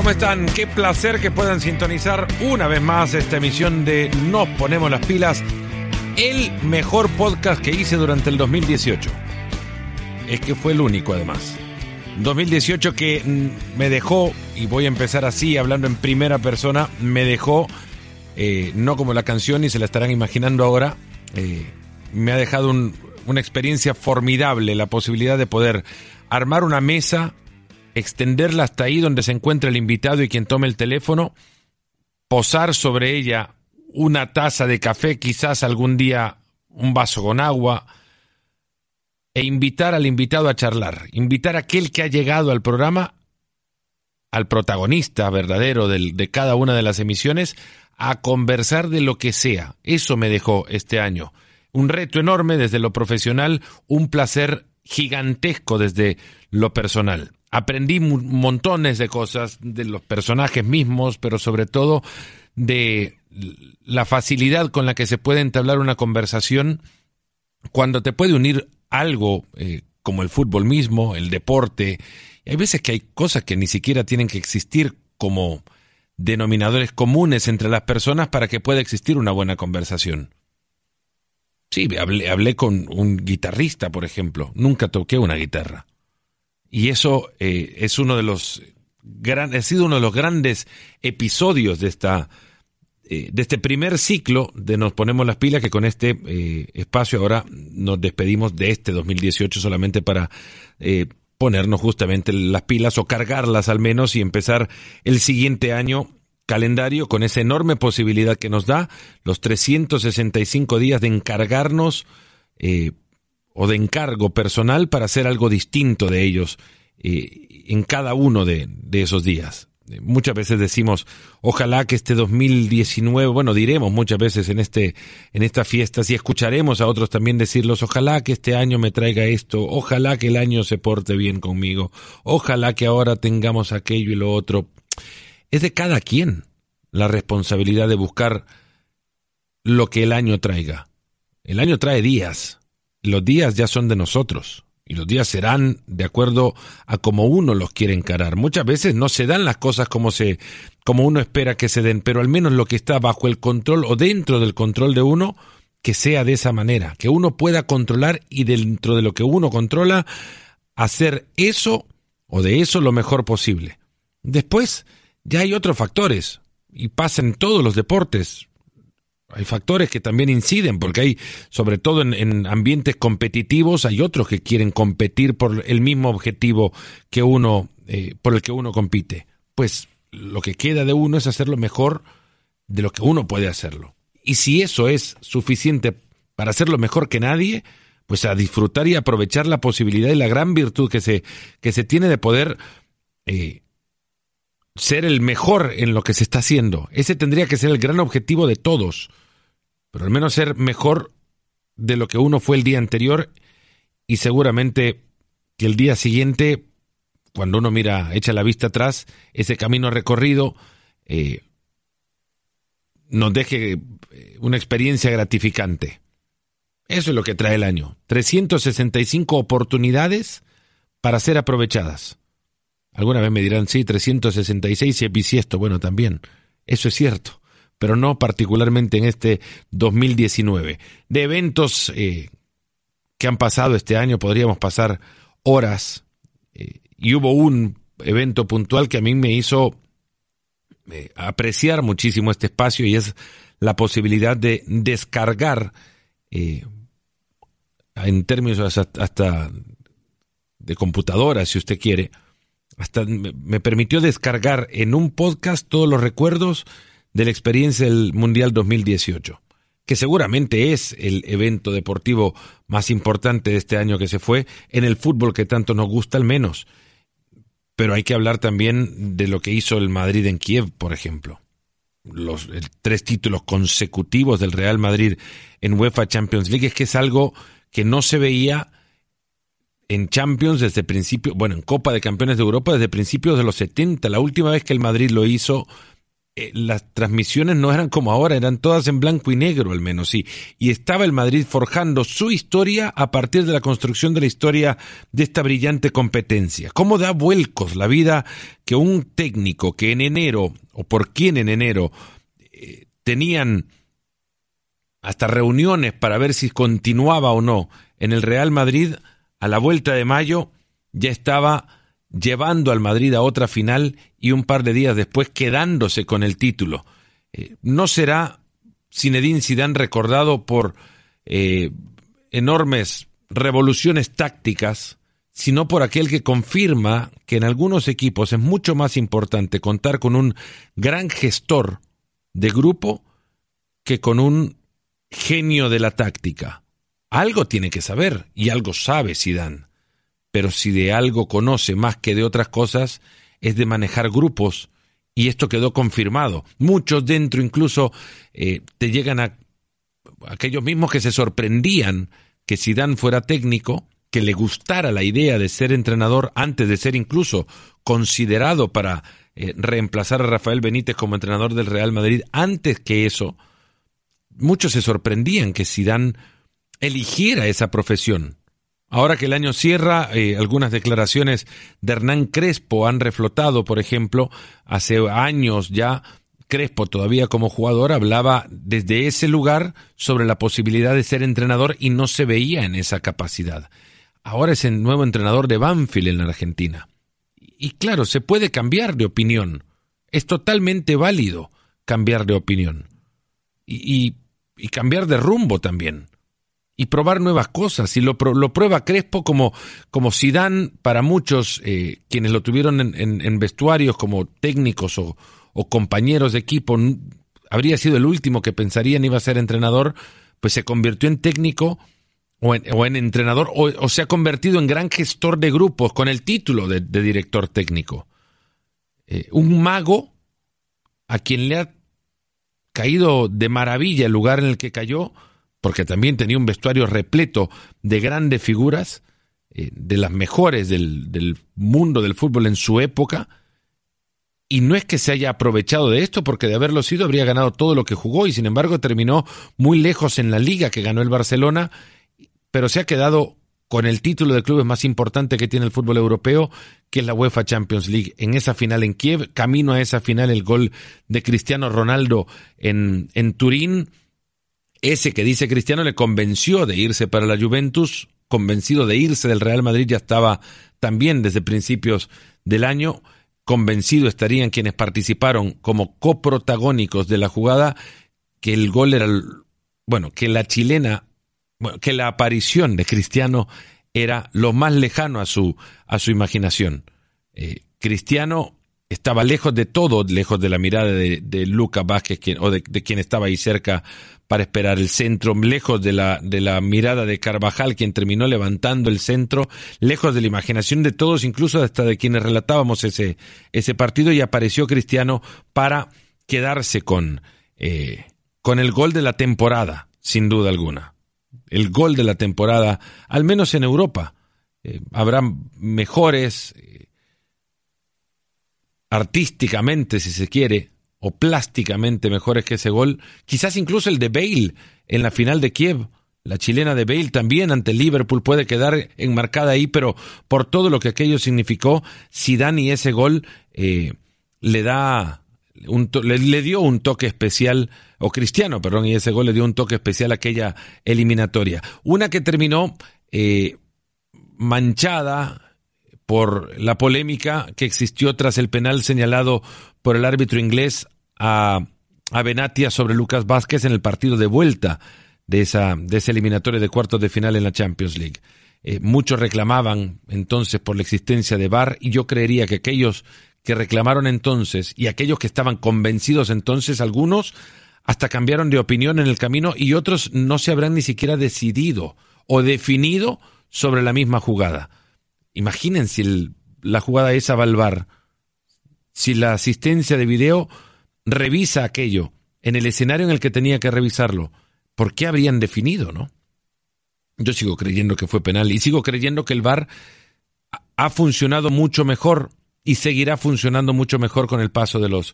¿Cómo están? Qué placer que puedan sintonizar una vez más esta emisión de Nos Ponemos las Pilas, el mejor podcast que hice durante el 2018. Es que fue el único, además. 2018 que me dejó, y voy a empezar así, hablando en primera persona, me dejó, no como la canción, y se la estarán imaginando ahora, me ha dejado una experiencia formidable, la posibilidad de poder armar una mesa, extenderla hasta ahí donde se encuentra el invitado y quien tome el teléfono, posar sobre ella una taza de café, quizás algún día un vaso con agua, e invitar al invitado a charlar, invitar a aquel que ha llegado al programa, al protagonista verdadero de cada una de las emisiones, a conversar de lo que sea. Eso me dejó este año. Un reto enorme desde lo profesional, un placer gigantesco desde lo personal. Aprendí montones de cosas de los personajes mismos, pero sobre todo de la facilidad con la que se puede entablar una conversación cuando te puede unir algo como el fútbol mismo, el deporte. Y hay veces que hay cosas que ni siquiera tienen que existir como denominadores comunes entre las personas para que pueda existir una buena conversación. Sí, hablé con un guitarrista, por ejemplo. Nunca toqué una guitarra. Y eso es uno de los ha sido uno de los grandes episodios de este primer ciclo de Nos Ponemos las Pilas, que con este espacio ahora nos despedimos de este 2018 solamente para ponernos justamente las pilas, o cargarlas al menos, y empezar el siguiente año calendario con esa enorme posibilidad que nos da los 365 días de encargarnos o de encargo personal para hacer algo distinto de ellos en cada uno de esos días. Muchas veces decimos, ojalá que este 2019, bueno, diremos muchas veces en estas fiestas, y escucharemos a otros también decirlos, ojalá que este año me traiga esto, ojalá que el año se porte bien conmigo, ojalá que ahora tengamos aquello y lo otro. Es de cada quien la responsabilidad de buscar lo que el año traiga. El año trae días. Los días ya son de nosotros, y los días serán de acuerdo a cómo uno los quiere encarar. Muchas veces no se dan las cosas como uno espera que se den, pero al menos lo que está bajo el control o dentro del control de uno, que sea de esa manera, que uno pueda controlar, y dentro de lo que uno controla, hacer eso o de eso lo mejor posible. Después ya hay otros factores, y pasa en todos los deportes. Hay factores que también inciden, porque hay, sobre todo en ambientes competitivos, hay otros que quieren competir por el mismo objetivo que uno, por el que uno compite. Pues lo que queda de uno es hacerlo mejor de lo que uno puede hacerlo. Y si eso es suficiente para hacerlo mejor que nadie, pues a disfrutar y aprovechar la posibilidad y la gran virtud que se tiene de poder ser el mejor en lo que se está haciendo. Ese tendría que ser el gran objetivo de todos, pero al menos ser mejor de lo que uno fue el día anterior, y seguramente que el día siguiente, cuando uno echa la vista atrás, ese camino recorrido nos deje una experiencia gratificante. Eso es lo que trae el año. 365 oportunidades para ser aprovechadas. Alguna vez me dirán, sí, 366 si es bisiesto. Bueno, también, eso es cierto, pero no particularmente en este 2019. De eventos que han pasado este año podríamos pasar horas, y hubo un evento puntual que a mí me hizo apreciar muchísimo este espacio, y es la posibilidad de descargar, en términos hasta de computadora, si usted quiere, hasta me permitió descargar en un podcast todos los recuerdos de la experiencia del Mundial 2018, que seguramente es el evento deportivo más importante de este año que se fue, en el fútbol que tanto nos gusta al menos. Pero hay que hablar también de lo que hizo el Madrid en Kiev, por ejemplo. Los 3 títulos consecutivos del Real Madrid en UEFA Champions League, es que es algo que no se veía en Champions desde principio, en Copa de Campeones de Europa desde principios de los 70. La última vez que el Madrid lo hizo las transmisiones no eran como ahora, eran todas en blanco y negro al menos, y estaba el Madrid forjando su historia a partir de la construcción de la historia de esta brillante competencia. ¿Cómo da vuelcos la vida que un técnico que en enero, o por quien en enero, tenían hasta reuniones para ver si continuaba o no en el Real Madrid, a la vuelta de mayo ya estaba llevando al Madrid a otra final y un par de días después quedándose con el título? No será Zinedine Zidane recordado por enormes revoluciones tácticas, sino por aquel que confirma que en algunos equipos es mucho más importante contar con un gran gestor de grupo que con un genio de la táctica. Algo tiene que saber, y algo sabe Zidane, pero si de algo conoce más que de otras cosas, es de manejar grupos, y esto quedó confirmado. Muchos dentro incluso te llegan a aquellos mismos que se sorprendían que Zidane fuera técnico, que le gustara la idea de ser entrenador antes de ser incluso considerado para reemplazar a Rafael Benítez como entrenador del Real Madrid. Antes que eso, muchos se sorprendían que Zidane eligiera esa profesión. Ahora que el año cierra, algunas declaraciones de Hernán Crespo han reflotado, por ejemplo, hace años ya, Crespo todavía como jugador hablaba desde ese lugar sobre la posibilidad de ser entrenador y no se veía en esa capacidad. Ahora es el nuevo entrenador de Banfield en la Argentina. Y claro, se puede cambiar de opinión. Es totalmente válido cambiar de opinión. Y cambiar de rumbo también. Y probar nuevas cosas. Y lo prueba Crespo como Zidane, para muchos, quienes lo tuvieron en vestuarios como técnicos o compañeros de equipo, habría sido el último que pensarían iba a ser entrenador, pues se convirtió en técnico o en entrenador, o se ha convertido en gran gestor de grupos con el título de director técnico. Un mago a quien le ha caído de maravilla el lugar en el que cayó, porque también tenía un vestuario repleto de grandes figuras, de las mejores del mundo del fútbol en su época, y no es que se haya aprovechado de esto, porque de haberlo sido habría ganado todo lo que jugó, y sin embargo terminó muy lejos en la liga que ganó el Barcelona, pero se ha quedado con el título de clubes más importante que tiene el fútbol europeo, que es la UEFA Champions League. En esa final en Kiev, camino a esa final, el gol de Cristiano Ronaldo en Turín, ese que dice Cristiano le convenció de irse para la Juventus, convencido de irse del Real Madrid, ya estaba también desde principios del año, convencido estarían quienes participaron como coprotagónicos de la jugada, que el gol era, que la chilena, que la aparición de Cristiano era lo más lejano a su imaginación. Cristiano estaba lejos de todo, lejos de la mirada de Lucas Vázquez, de quien estaba ahí cerca para esperar el centro, lejos de la mirada de Carvajal, quien terminó levantando el centro, lejos de la imaginación de todos, incluso hasta de quienes relatábamos ese partido, y apareció Cristiano para quedarse con el gol de la temporada, sin duda alguna. El gol de la temporada, al menos en Europa. Habrá mejores, artísticamente, si se quiere, o plásticamente mejores que ese gol. Quizás incluso el de Bale en la final de Kiev. La chilena de Bale también ante Liverpool puede quedar enmarcada ahí, pero por todo lo que aquello significó, Zidane y ese gol le dio un toque especial, y ese gol le dio un toque especial a aquella eliminatoria. Una que terminó manchada por la polémica que existió tras el penal señalado por el árbitro inglés a Benatia sobre Lucas Vázquez en el partido de vuelta de esa eliminatoria de cuartos de final en la Champions League. Muchos reclamaban entonces por la existencia de VAR, y yo creería que aquellos que reclamaron entonces y aquellos que estaban convencidos entonces, algunos hasta cambiaron de opinión en el camino, y otros no se habrán ni siquiera decidido o definido sobre la misma jugada. Imaginen si la jugada esa va al VAR, si la asistencia de video revisa aquello en el escenario en el que tenía que revisarlo, ¿por qué habrían definido, no? Yo sigo creyendo que fue penal, y sigo creyendo que el VAR ha funcionado mucho mejor y seguirá funcionando mucho mejor con el paso de los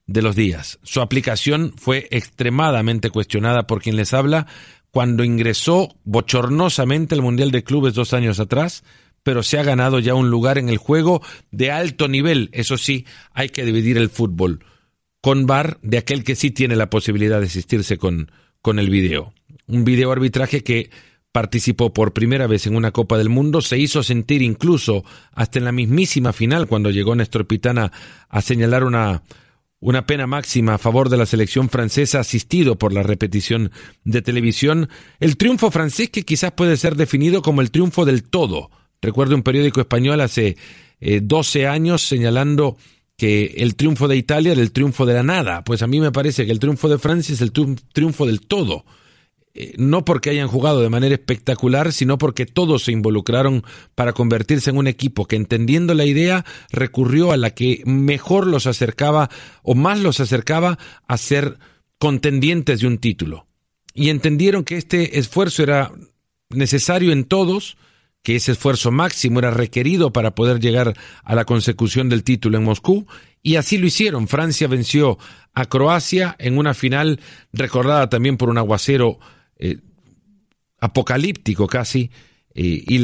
de los días. Su aplicación fue extremadamente cuestionada por quien les habla cuando ingresó bochornosamente al Mundial de Clubes 2 años atrás, pero se ha ganado ya un lugar en el juego de alto nivel. Eso sí, hay que dividir el fútbol con VAR de aquel que sí tiene la posibilidad de asistirse con el video. Un video arbitraje que participó por primera vez en una Copa del Mundo, se hizo sentir incluso hasta en la mismísima final cuando llegó Néstor Pitana a señalar una pena máxima a favor de la selección francesa, asistido por la repetición de televisión. El triunfo francés que quizás puede ser definido como el triunfo del todo. Recuerdo un periódico español hace 12 años señalando que el triunfo de Italia era el triunfo de la nada. Pues a mí me parece que el triunfo de Francia es el triunfo del todo. No porque hayan jugado de manera espectacular, sino porque todos se involucraron para convertirse en un equipo que, entendiendo la idea, recurrió a la que mejor los acercaba o más los acercaba a ser contendientes de un título. Y entendieron que este esfuerzo era necesario en todos, que ese esfuerzo máximo era requerido para poder llegar a la consecución del título en Moscú, y así lo hicieron. Francia venció a Croacia en una final recordada también por un aguacero apocalíptico casi, y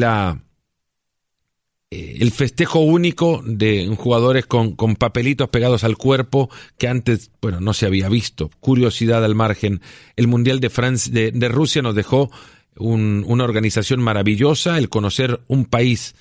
el festejo único de jugadores con papelitos pegados al cuerpo que antes, no se había visto. Curiosidad al margen, el Mundial de Rusia nos dejó una organización maravillosa, el conocer un país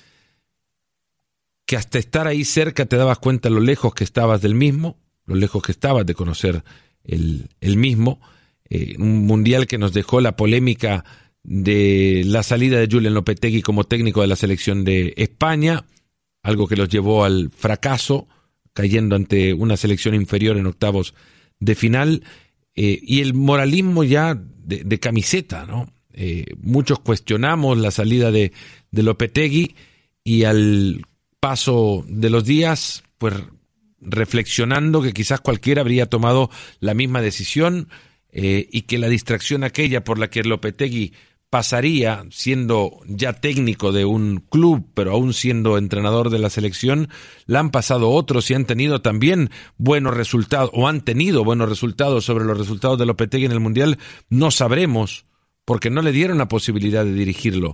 que hasta estar ahí cerca te dabas cuenta lo lejos que estabas del mismo, lo lejos que estabas de conocer el mismo. Un mundial que nos dejó la polémica de la salida de Julen Lopetegui como técnico de la selección de España, algo que los llevó al fracaso, cayendo ante una selección inferior en octavos de final, y el moralismo ya de camiseta, ¿no? Muchos cuestionamos la salida de Lopetegui, y al paso de los días, pues reflexionando que quizás cualquiera habría tomado la misma decisión, y que la distracción aquella por la que Lopetegui pasaría siendo ya técnico de un club, pero aún siendo entrenador de la selección, la han pasado otros y han tenido también buenos resultados, o han tenido buenos resultados sobre los resultados de Lopetegui en el Mundial. No sabremos, porque no le dieron la posibilidad de dirigirlo.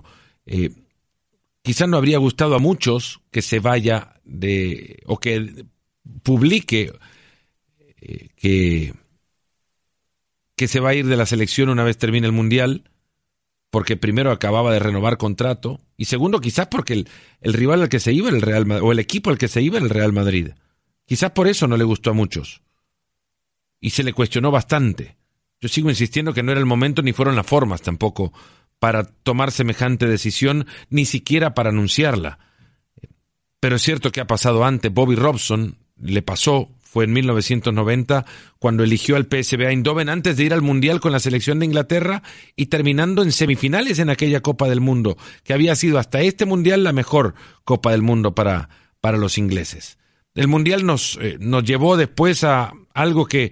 Quizás no habría gustado a muchos que se vaya o que publique que se va a ir de la selección una vez termine el Mundial, porque primero acababa de renovar contrato, y segundo quizás porque el rival al que se iba era el Real Madrid, o el equipo al que se iba era el Real Madrid. Quizás por eso no le gustó a muchos, y se le cuestionó bastante. Yo sigo insistiendo que no era el momento ni fueron las formas tampoco para tomar semejante decisión, ni siquiera para anunciarla. Pero es cierto que ha pasado antes. Bobby Robson le pasó, fue en 1990, cuando eligió al PSV Eindhoven antes de ir al Mundial con la selección de Inglaterra y terminando en semifinales en aquella Copa del Mundo, que había sido hasta este Mundial la mejor Copa del Mundo para los ingleses. El Mundial nos llevó después a algo que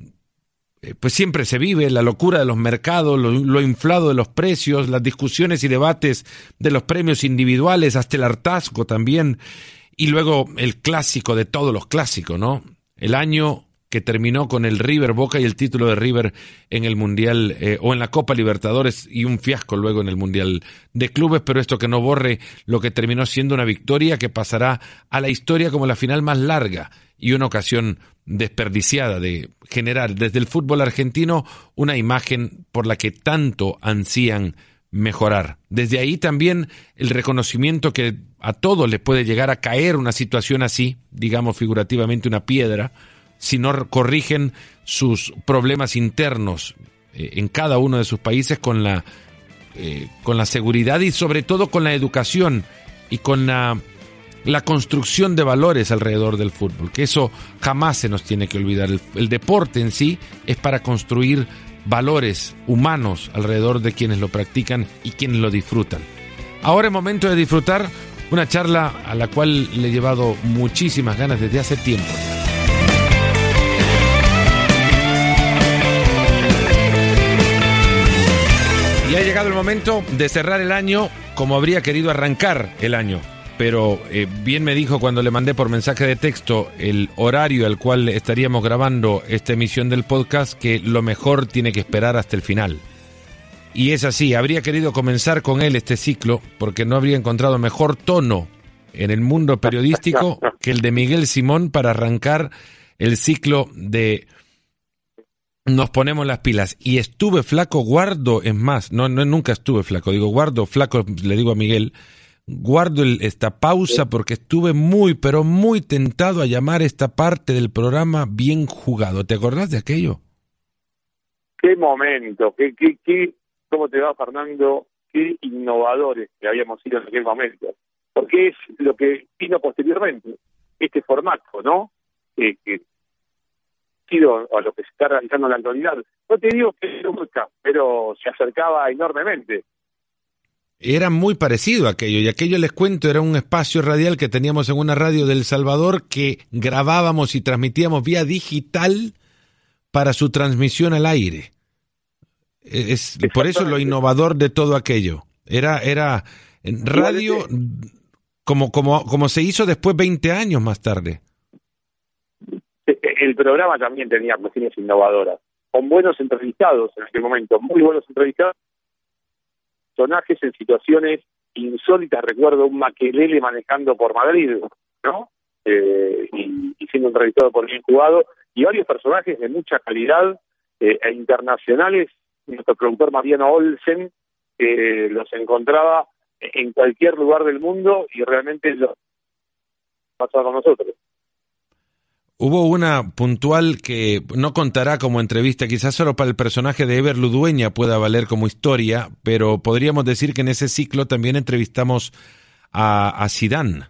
pues siempre se vive, la locura de los mercados, lo inflado de los precios, las discusiones y debates de los premios individuales, hasta el hartazgo también, y luego el clásico de todos los clásicos, ¿no? El año que terminó con el River Boca y el título de River en el Mundial o en la Copa Libertadores, y un fiasco luego en el Mundial de Clubes, pero esto que no borre lo que terminó siendo una victoria que pasará a la historia como la final más larga y una ocasión desperdiciada de generar desde el fútbol argentino una imagen por la que tanto ansían mejorar. Desde ahí también el reconocimiento que a todos les puede llegar a caer una situación así, digamos figurativamente una piedra, si no corrigen sus problemas internos en cada uno de sus países con la seguridad y sobre todo con la educación y con la construcción de valores alrededor del fútbol, que eso jamás se nos tiene que olvidar. El deporte en sí es para construir valores humanos alrededor de quienes lo practican y quienes lo disfrutan. Ahora es momento de disfrutar una charla a la cual le he llevado muchísimas ganas desde hace tiempo. Y ha llegado el momento de cerrar el año como habría querido arrancar el año. pero bien me dijo cuando le mandé por mensaje de texto el horario al cual estaríamos grabando esta emisión del podcast, que lo mejor tiene que esperar hasta el final. Y es así, habría querido comenzar con él este ciclo porque no habría encontrado mejor tono en el mundo periodístico que el de Miguel Simón para arrancar el ciclo de Nos ponemos las pilas. Y estuve flaco, guardo, es más, no nunca estuve flaco, digo guardo flaco, le digo a Miguel, guardo esta pausa porque estuve muy, pero muy tentado a llamar esta parte del programa Bien Jugado. ¿Te acordás de aquello? Qué momento, ¿cómo te va, Fernando? Qué innovadores que habíamos sido en aquel momento. Porque es lo que vino posteriormente, este formato, ¿no? Que sido a lo que se está realizando en la actualidad. No te digo que nunca, pero se acercaba enormemente. Era muy parecido a aquello, y aquello, les cuento, era un espacio radial que teníamos en una radio de El Salvador que grabábamos y transmitíamos vía digital para su transmisión al aire. Es por eso lo innovador de todo aquello. Era en radio como se hizo después 20 años más tarde. El programa también tenía cuestiones innovadoras, con buenos entrevistados en aquel momento, muy buenos entrevistados, personajes en situaciones insólitas. Recuerdo un Makelele manejando por Madrid, ¿no? Y siendo entrevistado por Bien Jugado, y varios personajes de mucha calidad e internacionales. Nuestro productor Mariano Olsen los encontraba en cualquier lugar del mundo y realmente lo pasaba con nosotros. Hubo una puntual que no contará como entrevista, quizás solo para el personaje de Ever Ludueña pueda valer como historia, pero podríamos decir que en ese ciclo también entrevistamos a Zidane.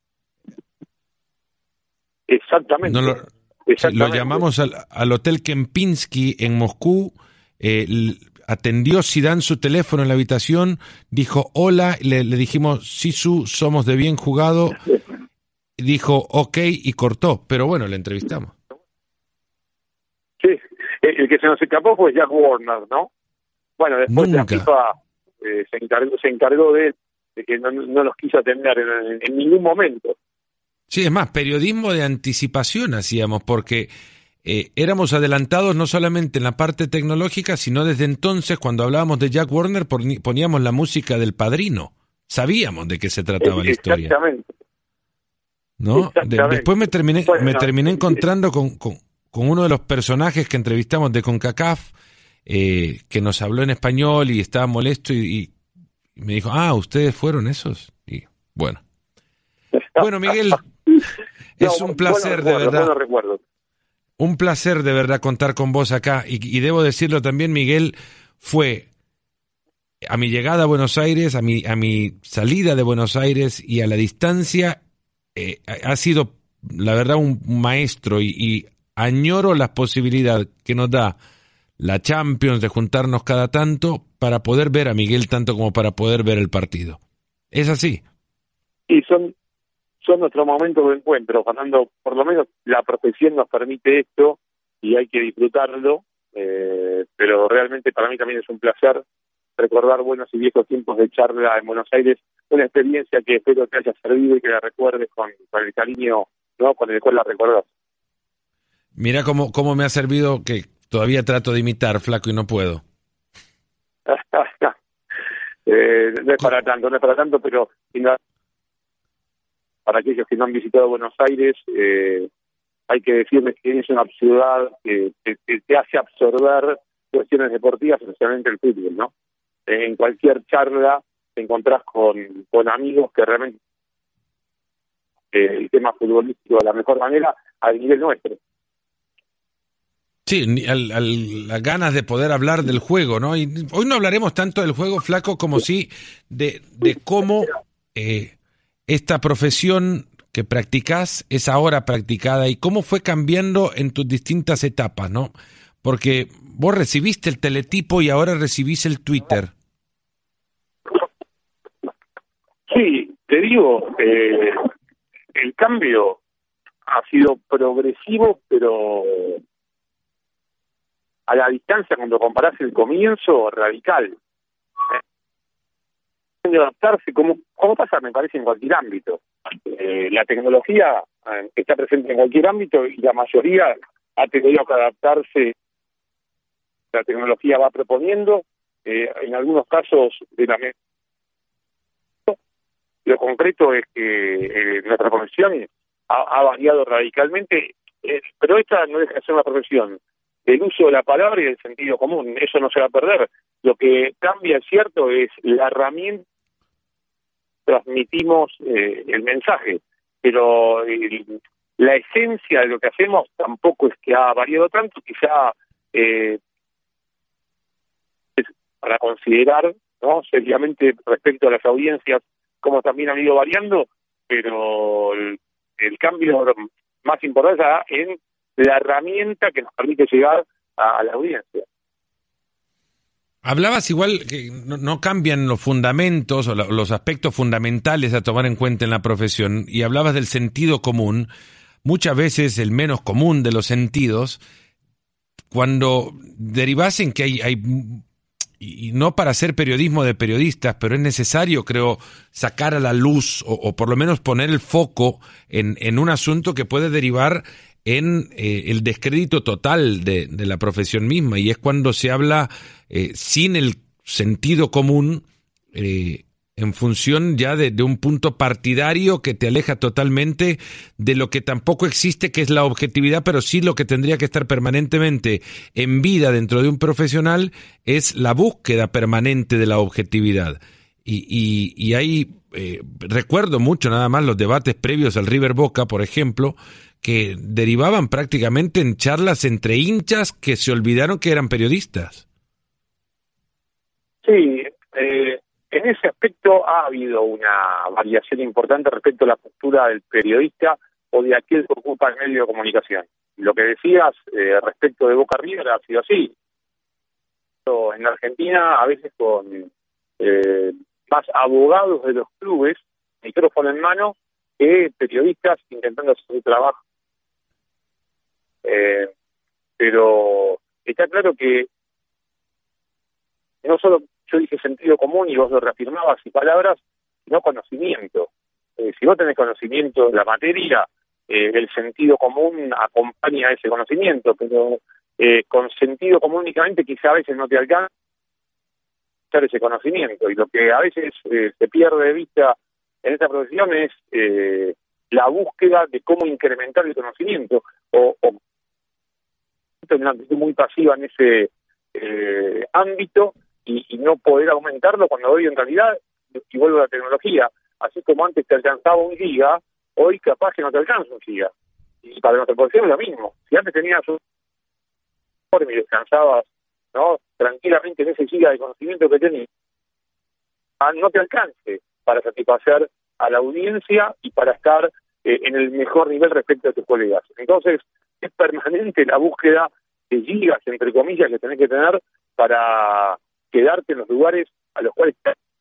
Exactamente. Lo llamamos al Hotel Kempinski en Moscú, atendió Zidane su teléfono en la habitación, dijo hola, le dijimos Sisu, somos de Bien Jugado. Dijo ok y cortó, pero bueno, le entrevistamos. Sí, el que se nos escapó fue Jack Warner, ¿no? Bueno, después la FIFA se encargó de que no los quiso atender en ningún momento. Sí, es más, periodismo de anticipación hacíamos, porque éramos adelantados no solamente en la parte tecnológica, sino desde entonces, cuando hablábamos de Jack Warner, poníamos la música del Padrino. Sabíamos de qué se trataba la historia. Exactamente. ¿No? Después me terminé encontrando con uno de los personajes que entrevistamos de CONCACAF, que nos habló en español y estaba molesto y me dijo, ustedes fueron esos. Y bueno, Miguel, es un placer de verdad. Un placer de verdad contar con vos acá, y debo decirlo también, Miguel, fue a mi llegada a Buenos Aires, a mi salida de Buenos Aires y a la distancia, ha sido, la verdad, un maestro, y añoro la posibilidad que nos da la Champions de juntarnos cada tanto para poder ver a Miguel tanto como para poder ver el partido. ¿Es así? Y son nuestros momentos de encuentro, Fernando. Por lo menos la profesión nos permite esto y hay que disfrutarlo, pero realmente para mí también es un placer recordar buenos y viejos tiempos de charla en Buenos Aires, una experiencia que espero que haya servido y que la recuerdes con el cariño, ¿no?, con el cual la recordás. Mira cómo me ha servido, que todavía trato de imitar, flaco, y no puedo. No es para tanto, pero para aquellos que no han visitado Buenos Aires, hay que decirles que es una ciudad que te hace absorber cuestiones deportivas, especialmente el fútbol, ¿no? En cualquier charla te encontrás con amigos que realmente el tema futbolístico de la mejor manera al nivel nuestro. Sí, las ganas de poder hablar del juego, ¿no? Y hoy no hablaremos tanto del juego, flaco, como sí de cómo esta profesión que practicás es ahora practicada y cómo fue cambiando en tus distintas etapas, ¿no? Porque vos recibiste el teletipo y ahora recibís el Twitter. Sí, te digo, el cambio ha sido progresivo, pero a la distancia, cuando comparás el comienzo, radical. de adaptarse, como pasa, me parece, en cualquier ámbito. La tecnología está presente en cualquier ámbito y la mayoría ha tenido que adaptarse. La tecnología va proponiendo, en algunos casos de la lo concreto es que nuestra profesión ha variado radicalmente, pero esta no deja de ser una profesión del uso de la palabra y del sentido común, eso no se va a perder. Lo que cambia, es cierto, es la herramienta que transmitimos el mensaje, pero la esencia de lo que hacemos tampoco es que ha variado tanto, quizá para considerar, ¿no?, seriamente respecto a las audiencias, como también han ido variando, pero el cambio más importante está en la herramienta que nos permite llegar a la audiencia. Hablabas igual que no cambian los fundamentos o los aspectos fundamentales a tomar en cuenta en la profesión, y hablabas del sentido común, muchas veces el menos común de los sentidos, cuando derivas en que hay y no para hacer periodismo de periodistas, pero es necesario, creo, sacar a la luz o por lo menos poner el foco en un asunto que puede derivar en el descrédito total de la profesión misma, y es cuando se habla sin el sentido común, en función ya de un punto partidario que te aleja totalmente de lo que tampoco existe, que es la objetividad, pero sí lo que tendría que estar permanentemente en vida dentro de un profesional es la búsqueda permanente de la objetividad. Y ahí recuerdo mucho nada más los debates previos al River Boca, por ejemplo, que derivaban prácticamente en charlas entre hinchas que se olvidaron que eran periodistas. Sí, en ese aspecto ha habido una variación importante respecto a la postura del periodista o de aquel que ocupa el medio de comunicación. Lo que decías respecto de Boca River ha sido así. En la Argentina, a veces con más abogados de los clubes, micrófono en mano, que periodistas intentando hacer su trabajo. Pero está claro que no solo yo dije sentido común y vos lo reafirmabas y palabras, sino conocimiento. Si vos tenés conocimiento de la materia, el sentido común acompaña a ese conocimiento, pero con sentido común únicamente quizá a veces no te alcanza ese conocimiento, y lo que a veces se pierde de vista en esta profesión es la búsqueda de cómo incrementar el conocimiento o una actitud muy pasiva en ese ámbito y no poder aumentarlo cuando hoy en realidad, y vuelvo a la tecnología, así como antes te alcanzaba 1 giga, hoy capaz que no te alcanza 1 giga. Y para nuestra profesión es lo mismo. Si antes tenías un informe y descansabas, ¿no?, tranquilamente en ese giga de conocimiento que tenías, no te alcance para satisfacer a la audiencia y para estar en el mejor nivel respecto a tus colegas. Entonces, es permanente la búsqueda de gigas, entre comillas, que tenés que tener para quedarte en los lugares a los cuales...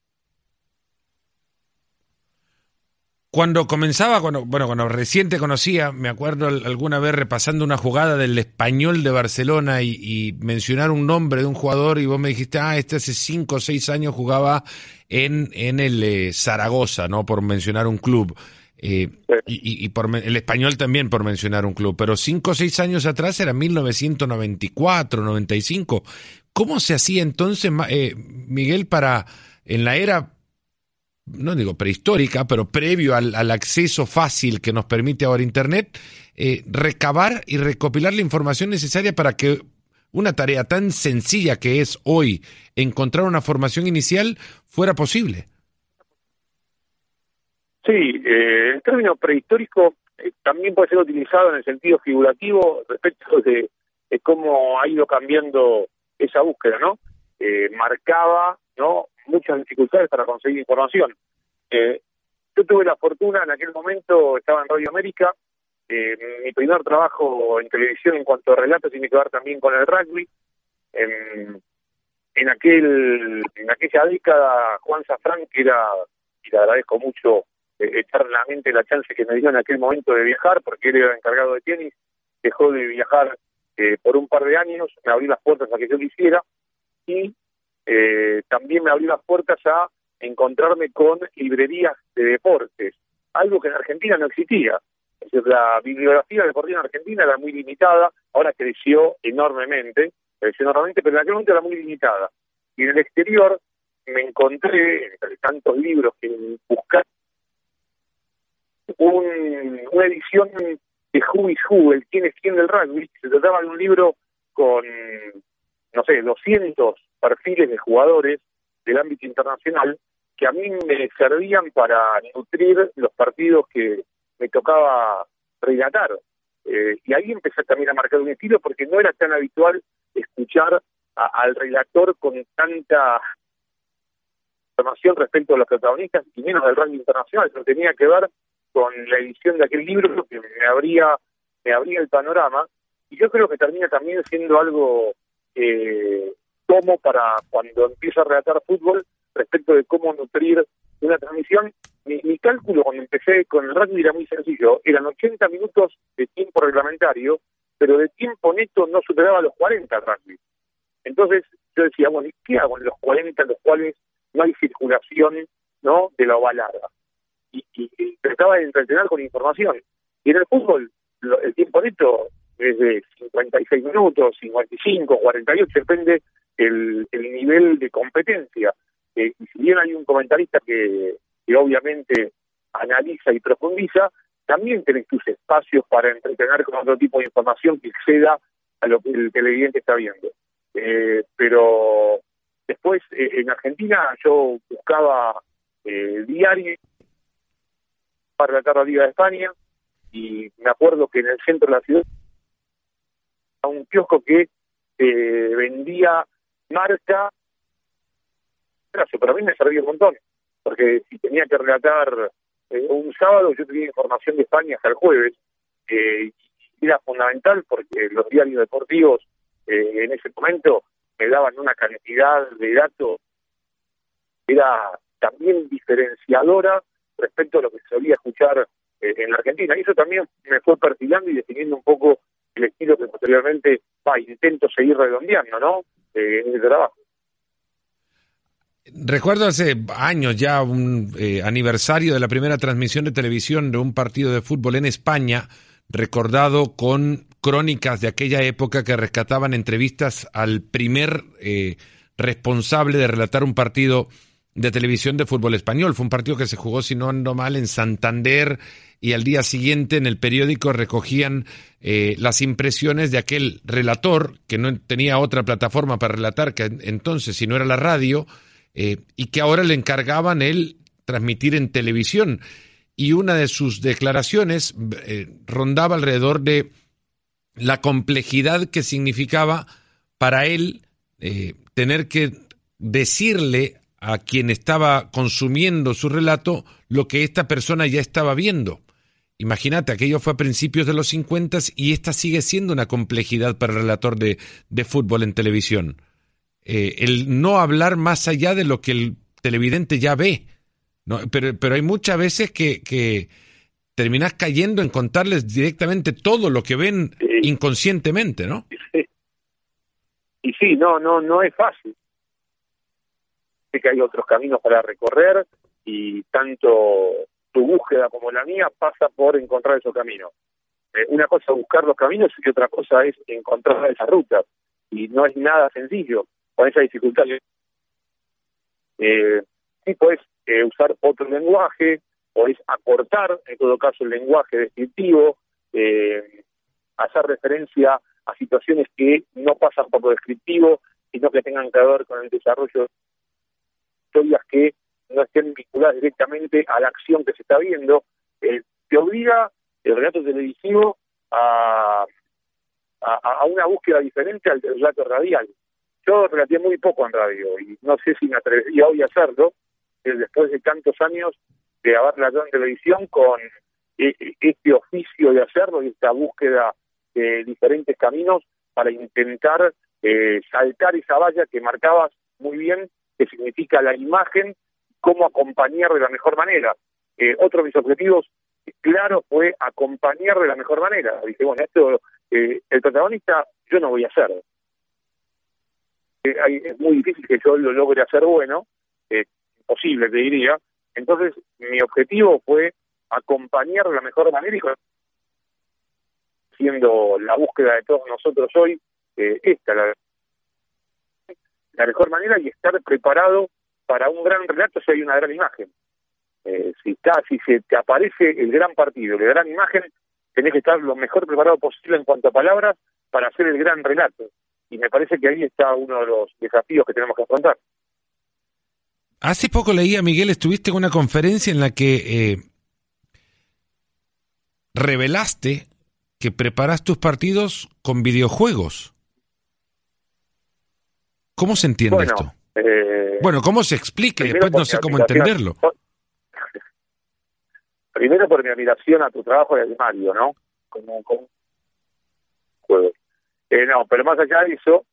Cuando comenzaba, cuando recién te conocía, me acuerdo alguna vez repasando una jugada del Español de Barcelona y mencionar un nombre de un jugador, y vos me dijiste, este hace 5 o 6 años jugaba en el Zaragoza, ¿no?, por mencionar un club. Y por el Español también, por mencionar un club, pero 5 o 6 años atrás era 1994, 95. ¿Cómo se hacía entonces, Miguel, para, en la era, no digo prehistórica, pero previo al acceso fácil que nos permite ahora Internet, recabar y recopilar la información necesaria para que una tarea tan sencilla que es hoy encontrar una formación inicial fuera posible? Sí, el término prehistórico también puede ser utilizado en el sentido figurativo respecto de cómo ha ido cambiando esa búsqueda, ¿no? Marcaba, ¿no?, muchas dificultades para conseguir información. Yo tuve la fortuna, en aquel momento estaba en Radio América, mi primer trabajo en televisión en cuanto a relatos tiene que ver también con el rugby. En aquella década, Juan Safrán, que era, y le agradezco mucho eternamente la chance que me dio en aquel momento de viajar, porque él era encargado de tenis, dejó de viajar por un par de años, me abrió las puertas a que yo lo hiciera, y también me abrió las puertas a encontrarme con librerías de deportes, algo que en Argentina no existía. Es decir, la bibliografía deportiva en Argentina era muy limitada, ahora creció enormemente, pero en aquel momento era muy limitada. Y en el exterior me encontré, entre tantos libros que buscaba, una edición de Who is Who, el quién es quién del rugby. Se trataba de un libro con, no sé, 200 perfiles de jugadores del ámbito internacional que a mí me servían para nutrir los partidos que me tocaba relatar. Y ahí empecé también a marcar un estilo porque no era tan habitual escuchar al relator con tanta información respecto a los protagonistas y menos del rugby internacional. Eso tenía que ver con la edición de aquel libro que me abría el panorama, y yo creo que termina también siendo algo como para cuando empiezo a relatar fútbol respecto de cómo nutrir una transmisión. Mi cálculo cuando empecé con el rugby era muy sencillo, eran 80 minutos de tiempo reglamentario, pero de tiempo neto no superaba los 40 el rugby. Entonces yo decía, bueno, ¿y qué hago en los 40 en los cuales no hay circulación, ¿no?, de la ovalada? Y trataba de entretener con información. Y en el fútbol, el tiempo neto es de 56 minutos, 55, 48, depende el nivel de competencia. Y si bien hay un comentarista que obviamente analiza y profundiza, también tenés tus espacios para entretener con otro tipo de información que exceda a lo que el televidente está viendo. Pero después, en Argentina, yo buscaba diario para relatar la Liga de España, y me acuerdo que en el centro de la ciudad a un kiosco que vendía marca, pero a mí me servía un montón, porque si tenía que relatar un sábado, yo tenía información de España hasta el jueves, y era fundamental porque los diarios deportivos en ese momento me daban una cantidad de datos que era también diferenciadora respecto a lo que se solía escuchar en la Argentina. Y eso también me fue perfilando y definiendo un poco el estilo que posteriormente intento seguir redondeando, ¿no?, en el trabajo. Recuerdo hace años ya un aniversario de la primera transmisión de televisión de un partido de fútbol en España, recordado con crónicas de aquella época que rescataban entrevistas al primer responsable de relatar un partido de televisión de fútbol español. Fue un partido que se jugó, si no ando mal, en Santander, y al día siguiente en el periódico recogían las impresiones de aquel relator, que no tenía otra plataforma para relatar que entonces, si no era la radio, y que ahora le encargaban el transmitir en televisión. Y una de sus declaraciones rondaba alrededor de la complejidad que significaba para él tener que decirle a quien estaba consumiendo su relato lo que esta persona ya estaba viendo. Imagínate, aquello fue a principios de los 50 y esta sigue siendo una complejidad para el relator de fútbol en televisión. El no hablar más allá de lo que el televidente ya ve, ¿no? Pero hay muchas veces que terminás cayendo en contarles directamente todo lo que ven inconscientemente, ¿no? Sí. Y sí, no es fácil. Sé que hay otros caminos para recorrer y tanto tu búsqueda como la mía pasa por encontrar esos caminos. Una cosa es buscar los caminos y otra cosa es encontrar esas rutas. Y no es nada sencillo con esa dificultad. Sí puedes usar otro lenguaje, podés acortar, en todo caso, el lenguaje descriptivo, hacer referencia a situaciones que no pasan por lo descriptivo, sino que tengan que ver con el desarrollo de historias que no estén vinculadas directamente a la acción que se está viendo. Te obliga el relato televisivo a una búsqueda diferente al del relato radial. Yo relaté muy poco en radio y no sé si me atrevería hoy a hacerlo, después de tantos años de haber relatado en televisión, con este oficio de hacerlo y esta búsqueda de diferentes caminos para intentar saltar esa valla que marcabas muy bien, que significa la imagen, cómo acompañar de la mejor manera. Otro de mis objetivos, claro, fue acompañar de la mejor manera. Dije, bueno, esto, el protagonista yo no voy a hacer. Es muy difícil que yo lo logre hacer bueno, posible, te diría. Entonces, mi objetivo fue acompañar de la mejor manera y siendo la búsqueda de todos nosotros hoy, la mejor manera y estar preparado para un gran relato si hay una gran imagen. Si se te aparece el gran partido, la gran imagen, tenés que estar lo mejor preparado posible en cuanto a palabras para hacer el gran relato. Y me parece que ahí está uno de los desafíos que tenemos que afrontar. Hace poco leía, Miguel, estuviste en una conferencia en la que revelaste que preparas tus partidos con videojuegos. ¿Cómo se entiende esto? Bueno, ¿cómo se explica? Y después no sé cómo entenderlo. Primero por mi admiración a tu trabajo de Mario, ¿no? Como juego. No, pero más allá de eso,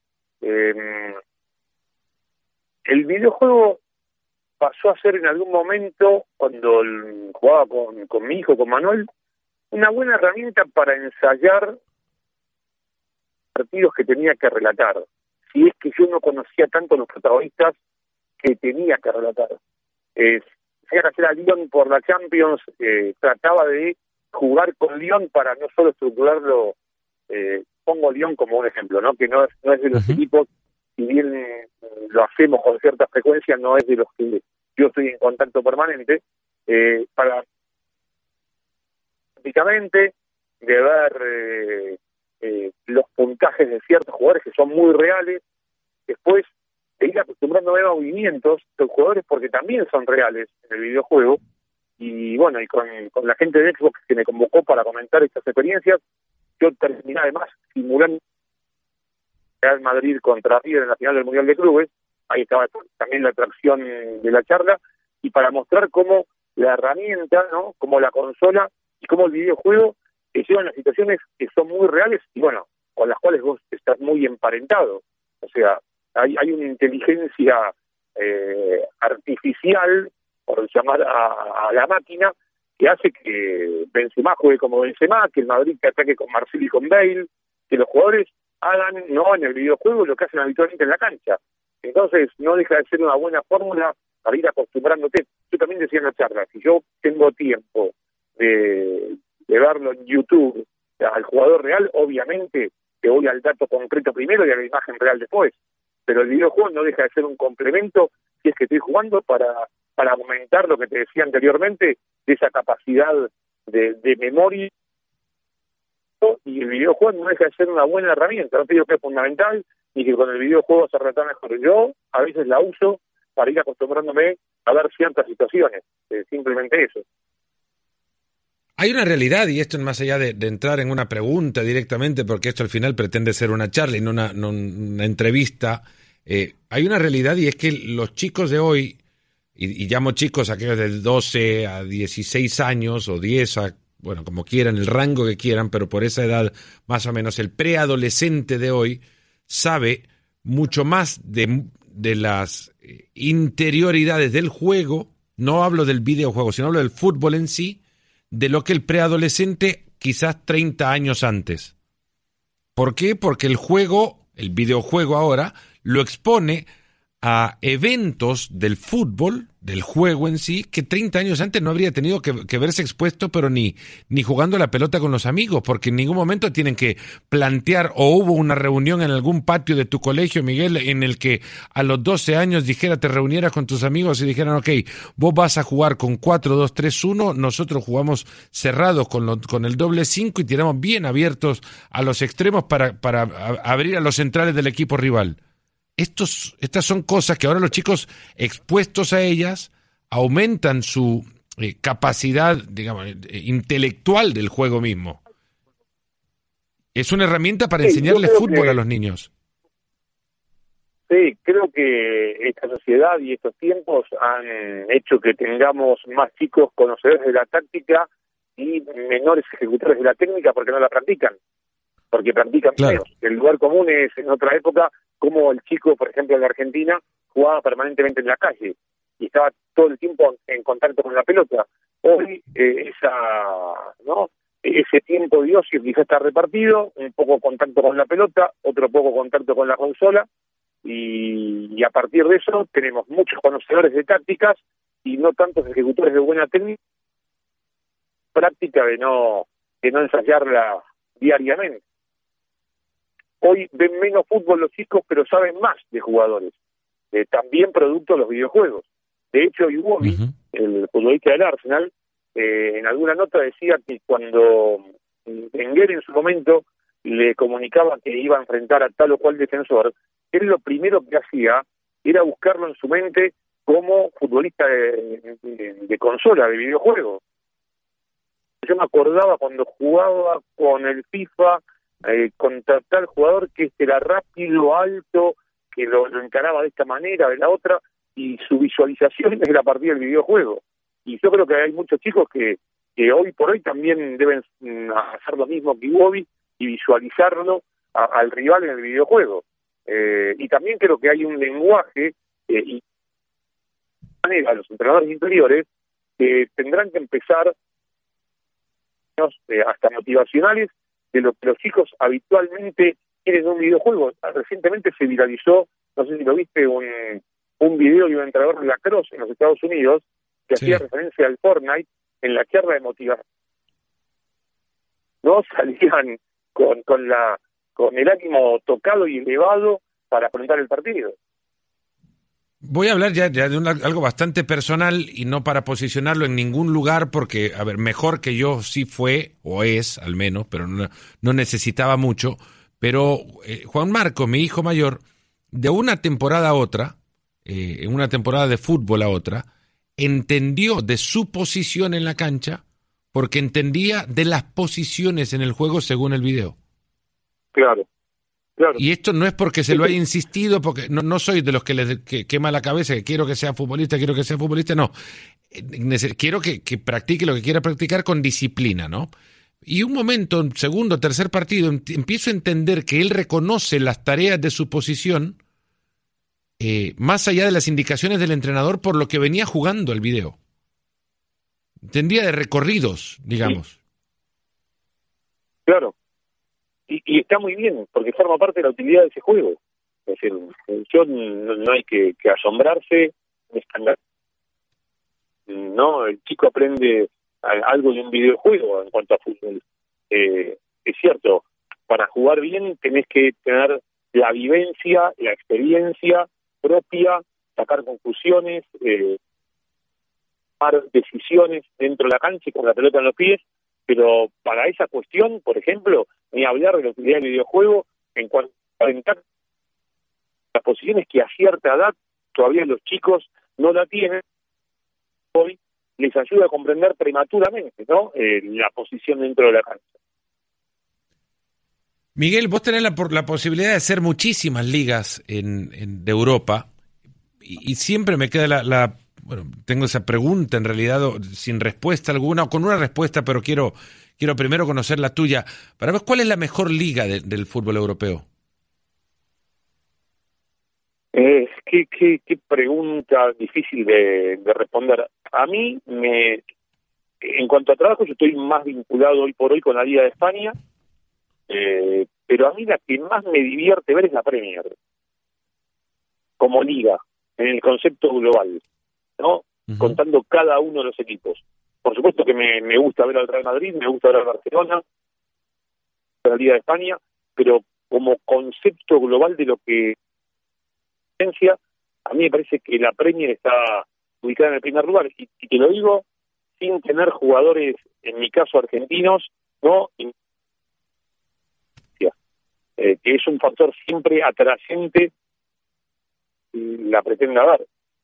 el videojuego pasó a ser en algún momento, cuando jugaba con mi hijo, con Manuel, una buena herramienta para ensayar partidos que tenía que relatar. Si es que yo no conocía tanto los protagonistas que tenía que relatar. Si era hacer a Lyon por la Champions, trataba de jugar con Lyon para no solo estructurarlo, pongo Lyon como un ejemplo, ¿no? Que no es de los equipos, si bien lo hacemos con cierta frecuencia, no es de los que yo estoy en contacto permanente, para prácticamente de ver los puntajes de ciertos jugadores que son muy reales, después de ir acostumbrándome a movimientos de los jugadores porque también son reales en el videojuego, y bueno, y con la gente de Xbox que me convocó para comentar estas experiencias, yo terminé además simulando Real Madrid contra River en la final del Mundial de Clubes, ahí estaba también la atracción de la charla, y para mostrar cómo la herramienta, ¿no? Como la consola y cómo el videojuego te llevan a situaciones que son muy reales y bueno, con las cuales vos estás muy emparentado. O sea, hay una inteligencia artificial, por llamar a la máquina, que hace que Benzema juegue como Benzema, que el Madrid te ataque con Marcelo y con Bale, que los jugadores hagan no en el videojuego lo que hacen habitualmente en la cancha. Entonces no deja de ser una buena fórmula para ir acostumbrándote. Yo también decía en la charla, si yo tengo tiempo de verlo en YouTube al jugador real, obviamente que voy al dato concreto primero y a la imagen real después, pero el videojuego no deja de ser un complemento si es que estoy jugando para aumentar lo que te decía anteriormente, de esa capacidad de memoria, y el videojuego no deja de ser una buena herramienta. No te digo que es fundamental ni que con el videojuego se relata mejor. Yo a veces la uso para ir acostumbrándome a ver ciertas situaciones, simplemente eso. Hay una realidad, y esto más allá de entrar en una pregunta directamente, porque esto al final pretende ser una charla y no una entrevista, hay una realidad, y es que los chicos de hoy, y llamo chicos aquellos de 12 a 16 años, o 10 a, bueno, como quieran, el rango que quieran, pero por esa edad más o menos, el preadolescente de hoy sabe mucho más de las interioridades del juego, no hablo del videojuego, sino hablo del fútbol en sí, de lo que el preadolescente quizás 30 años antes. ¿Por qué? Porque el videojuego ahora, lo expone a eventos del fútbol, del juego en sí, que 30 años antes no habría tenido que verse expuesto, pero ni jugando la pelota con los amigos, porque en ningún momento tienen que plantear, o hubo una reunión en algún patio de tu colegio, Miguel, en el que a los 12 años te reunieras con tus amigos y dijeran, ok, vos vas a jugar con 4-2-3-1, nosotros jugamos cerrados con el doble 5 y tiramos bien abiertos a los extremos para abrir a los centrales del equipo rival. Estas son cosas que ahora los chicos, expuestos a ellas, aumentan su capacidad, digamos, intelectual del juego mismo. Es una herramienta para enseñarle fútbol a los niños. Sí, creo que esta sociedad y estos tiempos han hecho que tengamos más chicos conocedores de la táctica y menores ejecutores de la técnica porque no la practican. Porque practican menos. El lugar común es, en otra época, como el chico, por ejemplo, en la Argentina, jugaba permanentemente en la calle y estaba todo el tiempo en contacto con la pelota. Hoy ese tiempo de ocio quizás está repartido, un poco contacto con la pelota, otro poco contacto con la consola, y a partir de eso tenemos muchos conocedores de tácticas y no tantos ejecutores de buena técnica, práctica de no ensayarla diariamente. Hoy ven menos fútbol los chicos, pero saben más de jugadores, también producto de los videojuegos. De hecho, Iwobi, el futbolista del Arsenal, en alguna nota decía que cuando Wenger en su momento le comunicaba que iba a enfrentar a tal o cual defensor, él lo primero que hacía era buscarlo en su mente como futbolista de consola, de videojuego. Yo me acordaba cuando jugaba con el FIFA contra tal jugador que era rápido, alto, que lo encaraba de esta manera, de la otra, y su visualización era a partir del videojuego. Y yo creo que hay muchos chicos que hoy por hoy también deben hacer lo mismo que Iwobi y visualizarlo al rival en el videojuego. Y también creo que hay un lenguaje y manera los entrenadores interiores que tendrán que empezar hasta motivacionales de lo que los chicos habitualmente quieren en un videojuego. Recientemente se viralizó, no sé si lo viste, un video de un entrenador de lacrosse en los Estados Unidos que hacía referencia al Fortnite en la charla de motivación. No salían con el ánimo tocado y elevado para afrontar el partido. Voy a hablar ya de algo bastante personal y no para posicionarlo en ningún lugar porque, a ver, mejor que yo sí fue, o es al menos, pero no necesitaba mucho. Pero Juan Marco, mi hijo mayor, de una temporada a otra, en una temporada de fútbol a otra, entendió de su posición en la cancha porque entendía de las posiciones en el juego según el video. Claro. Y esto no es porque se lo haya insistido, porque no soy de los que quema la cabeza, que quiero que sea futbolista, no. Quiero que practique lo que quiera practicar con disciplina, ¿no? Y un momento, segundo, tercer partido, empiezo a entender que él reconoce las tareas de su posición más allá de las indicaciones del entrenador por lo que venía jugando el video. Entendía de recorridos, digamos. Sí. Claro. Y está muy bien, porque forma parte de la utilidad de ese juego. Es decir, no hay que asombrarse, no, el chico aprende algo de un videojuego en cuanto a fútbol. Es cierto, para jugar bien tenés que tener la vivencia, la experiencia propia, sacar conclusiones, tomar decisiones dentro de la cancha y con la pelota en los pies, pero para esa cuestión, por ejemplo, ni hablar de la utilidad del videojuego en cuanto a aventar las posiciones que a cierta edad todavía los chicos no la tienen, hoy les ayuda a comprender prematuramente, ¿no? La posición dentro de la cancha. Miguel, vos tenés la posibilidad de hacer muchísimas ligas de Europa y siempre me queda bueno, tengo esa pregunta en realidad sin respuesta alguna, o con una respuesta, pero quiero primero conocer la tuya. Para vos, ¿cuál es la mejor liga del fútbol europeo? Qué pregunta difícil de responder. A mí, en cuanto a trabajo, yo estoy más vinculado hoy por hoy con la Liga de España, pero a mí la que más me divierte ver es la Premier, como liga, en el concepto global, ¿no? Uh-huh. Contando cada uno de los equipos. Por supuesto que me gusta ver al Real Madrid, me gusta ver al Barcelona, la Liga de España, pero como concepto global de lo que a mí me parece que la Premier está ubicada en el primer lugar, y te lo digo sin tener jugadores, en mi caso argentinos, ¿no? Que es un factor siempre atrayente la pretenda dar.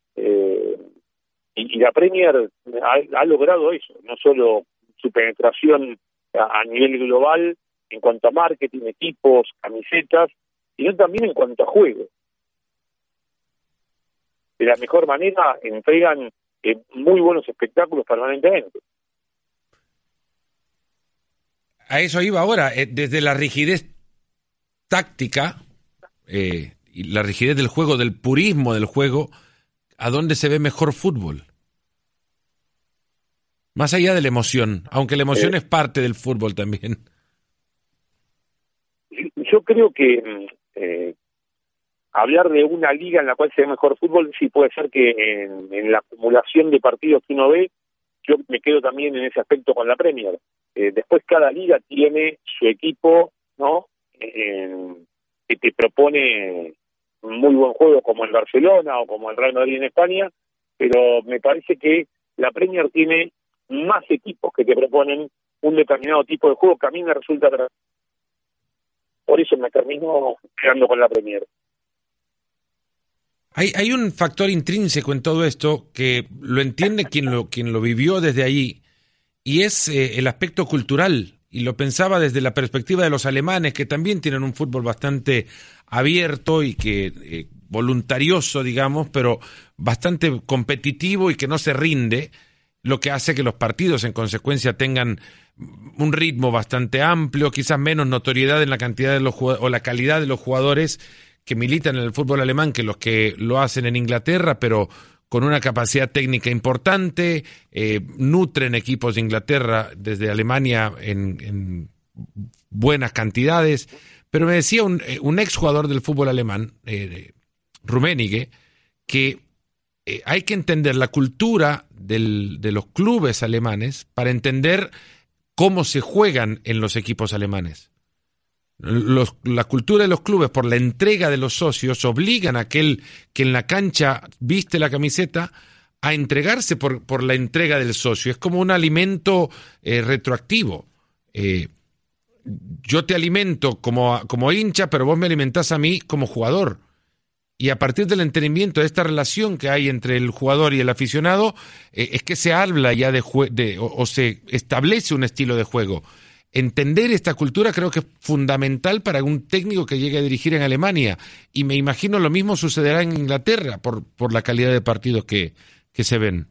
Y la Premier ha logrado eso, no solo su penetración a nivel global en cuanto a marketing, equipos, camisetas, sino también en cuanto a juego. De la mejor manera entregan muy buenos espectáculos permanentemente. A eso iba ahora, desde la rigidez táctica y la rigidez del juego, del purismo del juego, ¿a dónde se ve mejor fútbol? Más allá de la emoción, aunque la emoción es parte del fútbol también. Yo creo que hablar de una liga en la cual se ve mejor fútbol, sí puede ser que en la acumulación de partidos que uno ve, yo me quedo también en ese aspecto con la Premier. Después cada liga tiene su equipo, ¿no? Que te propone muy buen juego, como el Barcelona o como el Real Madrid en España, pero me parece que la Premier tiene más equipos que te proponen un determinado tipo de juego que a mí me resulta por eso me termino quedando con la Premier. Hay un factor intrínseco en todo esto que lo entiende quien lo vivió desde ahí, y es el aspecto cultural. Y lo pensaba desde la perspectiva de los alemanes, que también tienen un fútbol bastante abierto y que voluntarioso, digamos, pero bastante competitivo y que no se rinde, lo que hace que los partidos en consecuencia tengan un ritmo bastante amplio, quizás menos notoriedad en la cantidad de los o la calidad de los jugadores que militan en el fútbol alemán que los que lo hacen en Inglaterra, pero con una capacidad técnica importante, nutren equipos de Inglaterra desde Alemania en buenas cantidades. Pero me decía un exjugador del fútbol alemán, Rummenigge, que hay que entender la cultura de los clubes alemanes para entender cómo se juegan en los equipos alemanes. La cultura de los clubes, por la entrega de los socios, obligan a aquel que en la cancha viste la camiseta a entregarse por la entrega del socio. Es como un alimento retroactivo. Yo te alimento como hincha, pero vos me alimentás a mí como jugador. Y a partir del entendimiento de esta relación que hay entre el jugador y el aficionado, es que se habla ya o se establece un estilo de juego. Entender esta cultura creo que es fundamental para un técnico que llegue a dirigir en Alemania, y me imagino lo mismo sucederá en Inglaterra por la calidad de partidos que se ven.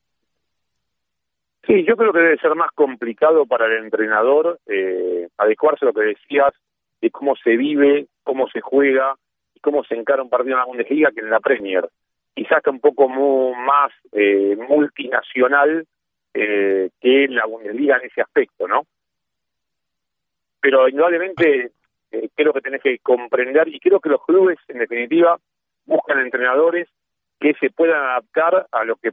Sí, yo creo que debe ser más complicado para el entrenador adecuarse a lo que decías de cómo se vive, cómo se juega y cómo se encara un partido en la Bundesliga que en la Premier. Quizás está un poco más multinacional que la Bundesliga en ese aspecto, ¿no? Pero indudablemente creo que tenés que comprender, y creo que los clubes, en definitiva, buscan entrenadores que se puedan adaptar a lo que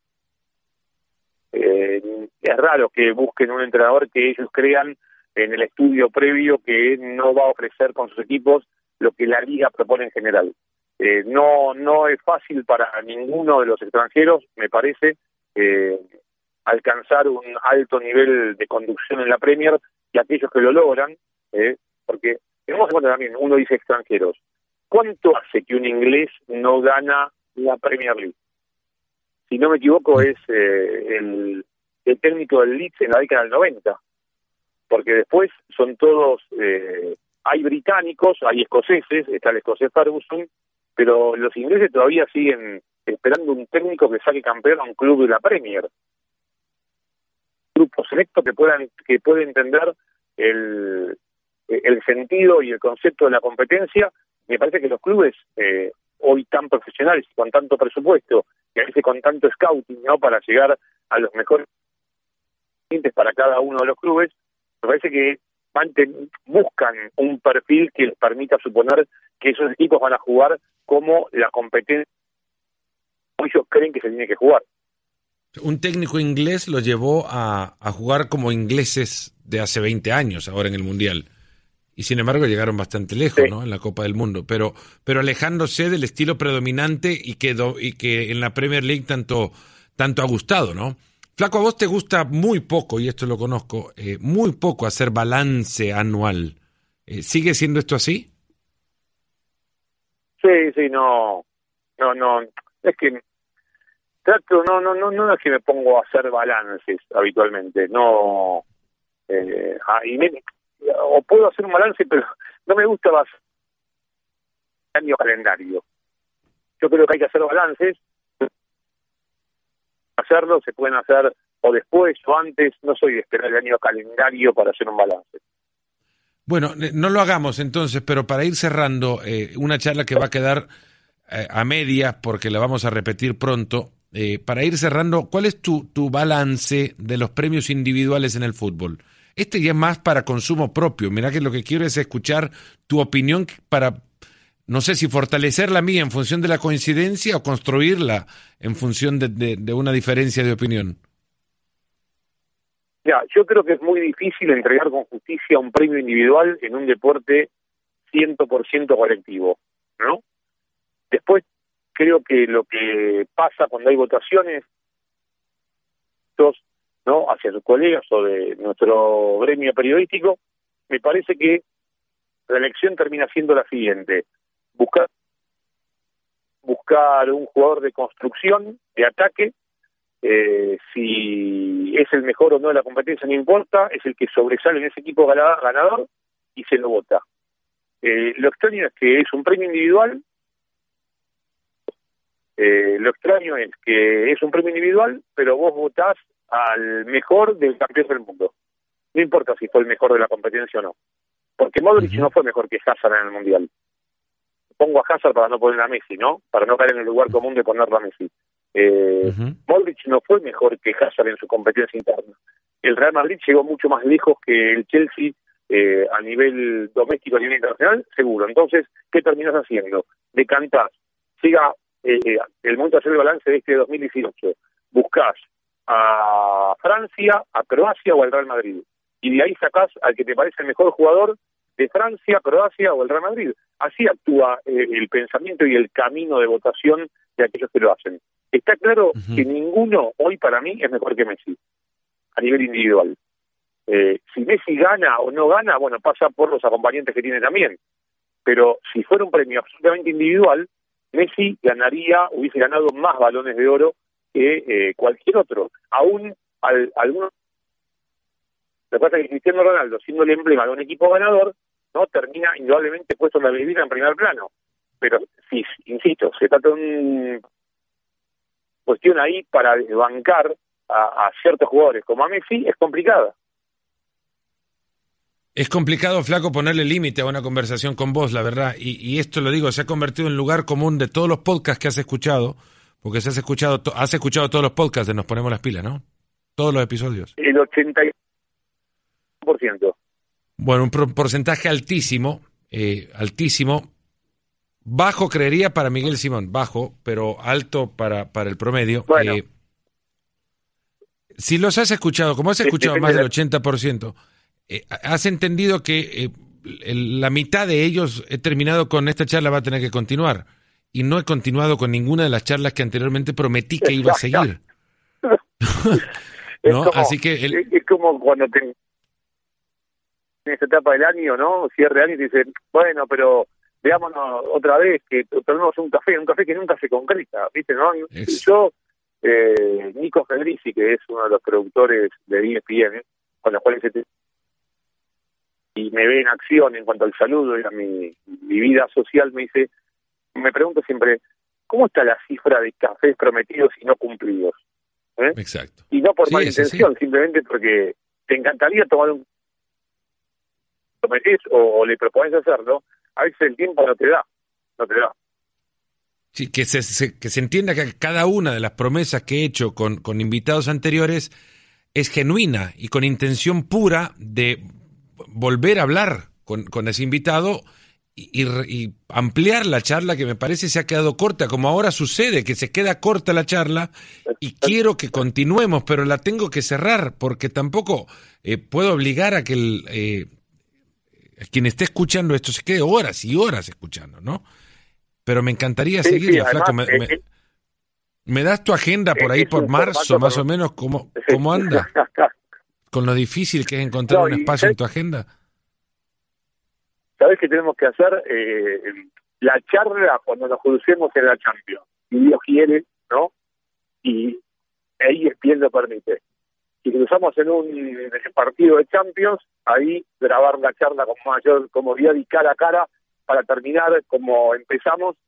es raro que busquen un entrenador que ellos crean en el estudio previo que no va a ofrecer con sus equipos lo que la liga propone en general. No es fácil para ninguno de los extranjeros, me parece, alcanzar un alto nivel de conducción en la Premier, y aquellos que lo logran, porque tenemos en cuenta también, uno dice extranjeros, ¿cuánto hace que un inglés no gana la Premier League? Si no me equivoco es el técnico del Leeds en la década del 90, porque después son todos, hay británicos, hay escoceses, está el escocés Ferguson, pero los ingleses todavía siguen esperando un técnico que saque campeón a un club de la Premier. Grupo selecto que puede entender el sentido y el concepto de la competencia. Me parece que los clubes hoy tan profesionales, con tanto presupuesto y a veces con tanto scouting, ¿no?, para llegar a los mejores clientes para cada uno de los clubes, me parece que buscan un perfil que les permita suponer que esos equipos van a jugar como la competencia como ellos creen que se tiene que jugar. Un técnico inglés lo llevó a jugar como ingleses de hace 20 años, ahora en el Mundial. Y sin embargo llegaron bastante lejos, sí, ¿no?, en la Copa del Mundo. Pero alejándose del estilo predominante y que en la Premier League tanto ha gustado, ¿no? Flaco, a vos te gusta muy poco, y esto lo conozco, muy poco hacer balance anual. ¿Sigue siendo esto así? Sí, no. Es que trato, no es que me pongo a hacer balances habitualmente, no. O puedo hacer un balance, pero no me gusta año calendario. Yo creo que hay que hacer balances, hacerlo, se pueden hacer o después o antes, no soy de esperar el año calendario para hacer un balance. Bueno, no lo hagamos entonces, pero para ir cerrando, una charla que va a quedar a medias porque la vamos a repetir pronto, para ir cerrando, ¿cuál es tu balance de los premios individuales en el fútbol? Este ya es más para consumo propio. Mirá que lo que quiero es escuchar tu opinión para no sé si fortalecer la mía en función de la coincidencia o construirla en función de una diferencia de opinión. Ya, yo creo que es muy difícil entregar con justicia un premio individual en un deporte 100% colectivo, ¿no? Después, creo que lo que pasa cuando hay votaciones, ¿no?, hacia sus colegas o de nuestro gremio periodístico, me parece que la elección termina siendo la siguiente: buscar un jugador de construcción, de ataque. Si es el mejor o no de la competencia no importa, es el que sobresale en ese equipo ganador y se lo vota. Lo extraño es que es un premio individual. Lo extraño es que es un premio individual, pero vos votás al mejor del campeón del mundo. No importa si fue el mejor de la competencia o no. Porque Modric no fue mejor que Hazard en el Mundial. Pongo a Hazard para no poner a Messi, ¿no? Para no caer en el lugar común de ponerlo a Messi. Modric no fue mejor que Hazard en su competencia interna. El Real Madrid llegó mucho más lejos que el Chelsea a nivel doméstico, a nivel internacional, seguro. Entonces, ¿qué terminás haciendo? Decantás. Siga el momento de hacer el balance de este 2018. Buscás a Francia, a Croacia o al Real Madrid. Y de ahí sacás al que te parece el mejor jugador de Francia, Croacia o el Real Madrid. Así actúa el pensamiento y el camino de votación de aquellos que lo hacen. Está claro que ninguno hoy para mí es mejor que Messi, a nivel individual. Si Messi gana o no gana, bueno, pasa por los acompañantes que tiene también. Pero si fuera un premio absolutamente individual, Messi hubiese ganado más balones de oro que cualquier otro. Aún algunos. Lo que pasa es que Cristiano Ronaldo, siendo el emblema de un equipo ganador, no termina indudablemente puesto en la bebida en primer plano. Pero sí, insisto, se trata de una cuestión ahí para bancar a ciertos jugadores como a Messi, es complicada. Es complicado, Flaco, ponerle límite a una conversación con vos, la verdad, y esto lo digo, se ha convertido en lugar común de todos los podcasts que has escuchado, porque has escuchado todos los podcasts de Nos Ponemos las Pilas, ¿no? Todos los episodios. El 80%. Bueno, un porcentaje altísimo, bajo creería para Miguel Simón, bajo, pero alto para el promedio. Bueno. Si los has escuchado, como has escuchado más del 80%, has entendido que la mitad de ellos he terminado con esta charla, va a tener que continuar. Y no he continuado con ninguna de las charlas que anteriormente prometí que iba a seguir. ¿No? Así que es como cuando en esta etapa del año, ¿no? Cierre de año y dicen, bueno, pero veámonos otra vez, que tomemos un café que nunca se concreta, ¿viste? ¿No? Yo, Nico Federici, que es uno de los productores de ESPN, con los cuales y me ve en acción en cuanto al saludo y a mi vida social, me pregunto siempre, ¿cómo está la cifra de cafés prometidos y no cumplidos? Exacto. Y no por mala intención, simplemente porque te encantaría tomar un prometés o le propones hacerlo, a veces el tiempo no te da. Sí, que se entienda que cada una de las promesas que he hecho con invitados anteriores es genuina y con intención pura de volver a hablar con ese invitado y ampliar la charla que me parece se ha quedado corta, como ahora sucede, que se queda corta la charla y quiero que continuemos, pero la tengo que cerrar porque tampoco puedo obligar a que quien esté escuchando esto se quede horas y horas escuchando, ¿no? Pero me encantaría seguirla, Flaco. ¿Me das tu agenda por ahí por marzo, más o menos? ¿Cómo anda? Con lo difícil que es encontrar un espacio en tu agenda. ¿Sabés qué tenemos que hacer? La charla cuando nos crucemos en la Champions. Si Dios quiere, ¿no? Y ahí ESPN lo permite. Si cruzamos en un partido de Champions, ahí grabar la charla con mayor comodidad y cara a cara para terminar como empezamos,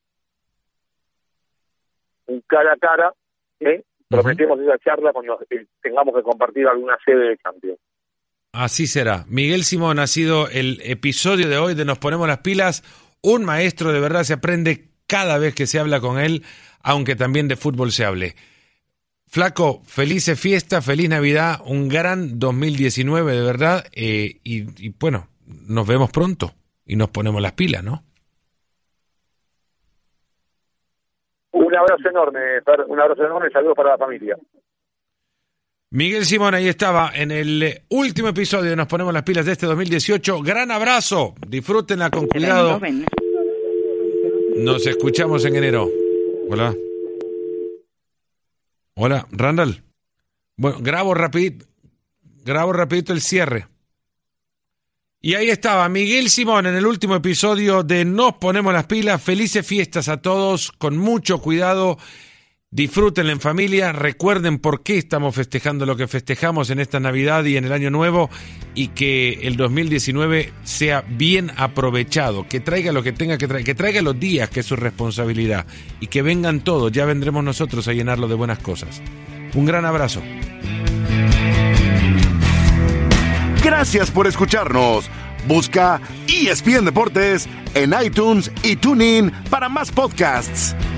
un cara a cara, prometemos esa charla cuando tengamos que compartir alguna sede de Champions. Así será. Miguel Simón, ha sido el episodio de hoy de Nos Ponemos las Pilas. Un maestro, de verdad, se aprende cada vez que se habla con él, aunque también de fútbol se hable. Flaco, felices fiestas, feliz Navidad, un gran 2019, de verdad. Y bueno, nos vemos pronto y nos ponemos las pilas, ¿no? abrazo enorme, Fer, un abrazo enorme, saludos para la familia. Miguel Simón, ahí estaba, en el último episodio de Nos Ponemos las Pilas de este 2018. Gran abrazo, disfrútenla con cuidado. Nos escuchamos en enero. Hola. Hola, Randall. Bueno, grabo rapidito el cierre. Y ahí estaba Miguel Simón en el último episodio de Nos Ponemos las Pilas. Felices fiestas a todos, con mucho cuidado. Disfrútenla en familia, recuerden por qué estamos festejando lo que festejamos en esta Navidad y en el Año Nuevo, y que el 2019 sea bien aprovechado, que traiga lo que tenga que traer, que traiga los días, que es su responsabilidad, y que vengan todos, ya vendremos nosotros a llenarlo de buenas cosas. Un gran abrazo. Gracias por escucharnos. Busca ESPN Deportes en iTunes y TuneIn para más podcasts.